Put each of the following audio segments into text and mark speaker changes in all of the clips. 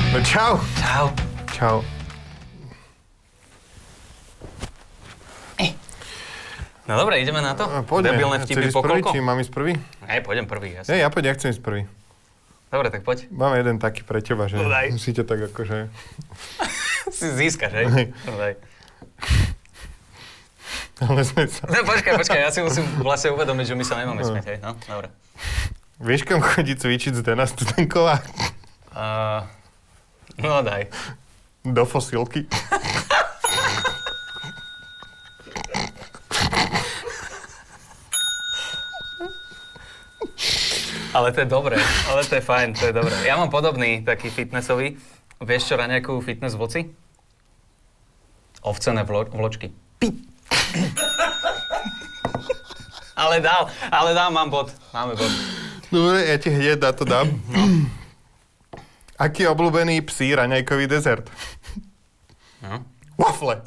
Speaker 1: No čau.
Speaker 2: Čau.
Speaker 1: Čau.
Speaker 2: No dobre, ideme na to?
Speaker 1: Poďme.
Speaker 2: Debilné vtipy po
Speaker 1: prvý,
Speaker 2: koľko?
Speaker 1: či mám ísť prvý?
Speaker 2: Hej, pôjdem prvý, jasne.
Speaker 1: Ja poď, ja chcem ísť prvý.
Speaker 2: Dobre, tak poď.
Speaker 1: Máme jeden taký pre teba, že
Speaker 2: No daj.
Speaker 1: musíte tak akože...
Speaker 2: Si získaš, hej?
Speaker 1: Hej.
Speaker 2: No daj.
Speaker 1: Ale sme sa...
Speaker 2: No počkaj, ja si musím vlastne uvedomiť, že my sa nemáme smiať, hej? No, dobre.
Speaker 1: Vieš, kam chodí cvičiť Zdena Studenková?
Speaker 2: No daj.
Speaker 1: Do fosilky.
Speaker 2: Ale to je dobré, ale to je fajn, to je dobré. Ja mám podobný, taký fitnessový. Vieš čo, raňajkujú fitness voci? Ovcené vločky. Ale dal, mám bod. Máme bod.
Speaker 1: Dobre, ja ti hneď na to dám. Aký je obľúbený psí raňajkový dezert?
Speaker 2: No.
Speaker 1: Wafle.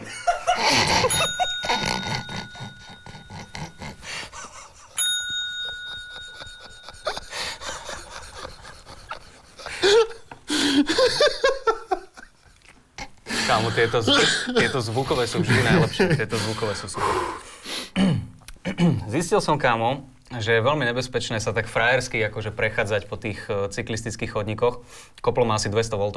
Speaker 2: Kámo, tieto zvukové sú vždy najlepšie. Tieto zvukové sú super. Zistil som, kámo, že je veľmi nebezpečné sa tak frajersky akože prechádzať po tých cyklistických chodníkoch. Koplo má asi 200 V.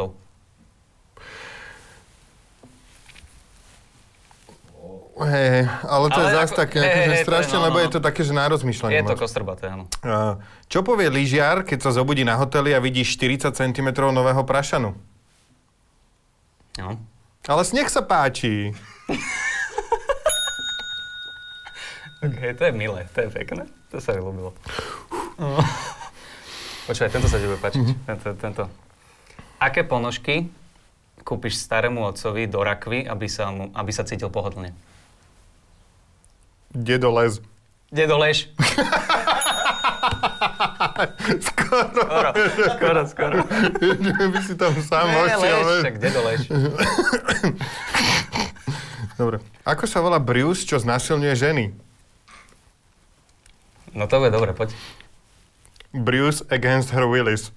Speaker 1: Hej, ale to je zase také, akože strašne, lebo je to také, že na rozmýšľanie.
Speaker 2: Je to kostrbaté, áno.
Speaker 1: Čo povie lyžiar, keď sa zobudí na hoteli a vidí 40 cm nového prašanu?
Speaker 2: No.
Speaker 1: Ale sneh sa páči.
Speaker 2: OK, to je milé, to je pekné. To sa mi ľúbilo. Počúvaj, tento sa ti bude páčiť. Tento. Aké ponožky kúpiš starému otcovi do rakvy, aby sa cítil pohodlne?
Speaker 1: Dedo les.
Speaker 2: Dedo lež. Skoro.
Speaker 1: By si tam sám hošiel.
Speaker 2: Tak dedo lež.
Speaker 1: Dobre. Ako sa volá Bruce, čo znásilňuje ženy?
Speaker 2: No to bude dobre, poď.
Speaker 1: Bruce against her Willis.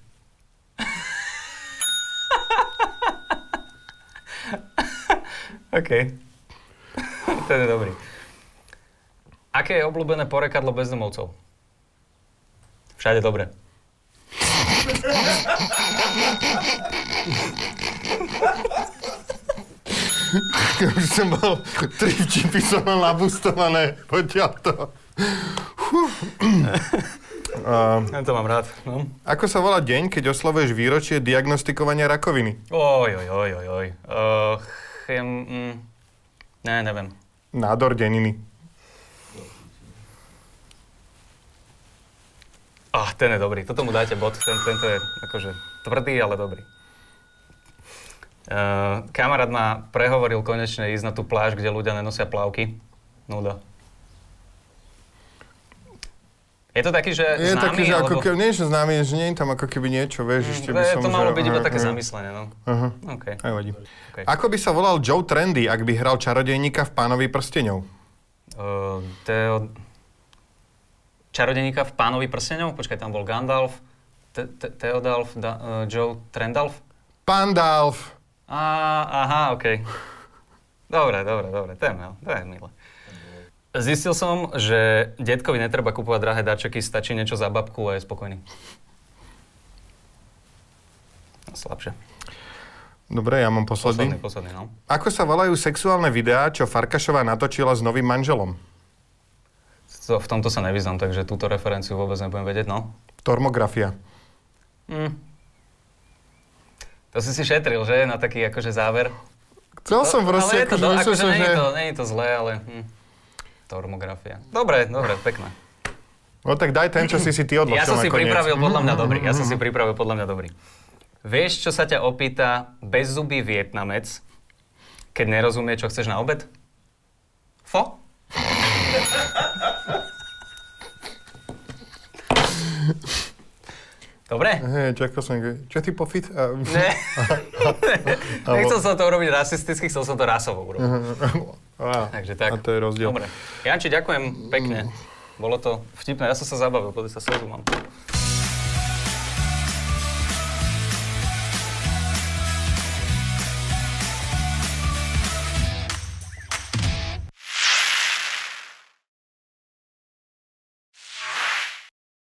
Speaker 2: OK. To je dobrý. Aké je obľúbené porekadlo bezdomovcov? Všade dobre.
Speaker 1: Už som mal 3 vtipy, som mal nabustované. Poďal to.
Speaker 2: Ja to mám rád, no.
Speaker 1: Ako sa volá deň, keď oslavuješ výročie diagnostikovania rakoviny?
Speaker 2: Neviem.
Speaker 1: Nádor deniny.
Speaker 2: Ten je dobrý. Toto mu dáte bod. Tento je akože tvrdý, ale dobrý. Kamarát ma prehovoril konečne ísť na tú pláž, kde ľudia nenosia plavky. Nuda. Je to taký, že
Speaker 1: je
Speaker 2: známy,
Speaker 1: taký, že
Speaker 2: alebo...
Speaker 1: ako keby, nie že známy, že nie je tam ako keby niečo, vieš, ešte by som...
Speaker 2: To malo byť iba
Speaker 1: že-
Speaker 2: také zamyslené, no.
Speaker 1: Aha,
Speaker 2: Okay.
Speaker 1: aj vadí.
Speaker 2: Okay.
Speaker 1: Ako by sa volal Joe Trendy, ak by hral čarodejníka v Pánovi prsteňov?
Speaker 2: Čarodejníka v Pánovi prsteňov? Počkaj, tam bol Gandalf, Theodalf, Joe Trendalf?
Speaker 1: Pandalf.
Speaker 2: Aha, okej. Dobre, to je milé. Zistil som, že detkovi netreba kupovať drahé darčeky, stačí niečo za babku a je spokojný. Slabšie.
Speaker 1: Dobre, ja mám posledný.
Speaker 2: Posledný, no.
Speaker 1: Ako sa volajú sexuálne videá, čo Farkašová natočila s novým manželom?
Speaker 2: V tomto sa nevyznam, takže túto referenciu vôbec nebudem vedieť, no.
Speaker 1: Tormografia.
Speaker 2: To si šetril, že? Na taký akože záver.
Speaker 1: Chcel som proste,
Speaker 2: ale je to,
Speaker 1: myslel som, že...
Speaker 2: nie je to zlé, ale... Tormografia. Dobre, pekné.
Speaker 1: No tak daj ten, čo si ty odložil
Speaker 2: Ja som si
Speaker 1: nakoniec.
Speaker 2: pripravil podľa mňa dobrý. Vieš, čo sa ťa opýta bezzubý Vietnamec, keď nerozumie, čo chceš na obed? Fo? Dobre?
Speaker 1: Hej, čakal som, čo ty pofit?
Speaker 2: Ne. Nechcel som to urobiť rasisticky, chcel som to rasovo urobiť. Takže tak.
Speaker 1: A to je rozdiel.
Speaker 2: Dobre. Janči, ďakujem pekne. Bolo to vtipné, ja som sa zabavil, podľa sa slzu mám.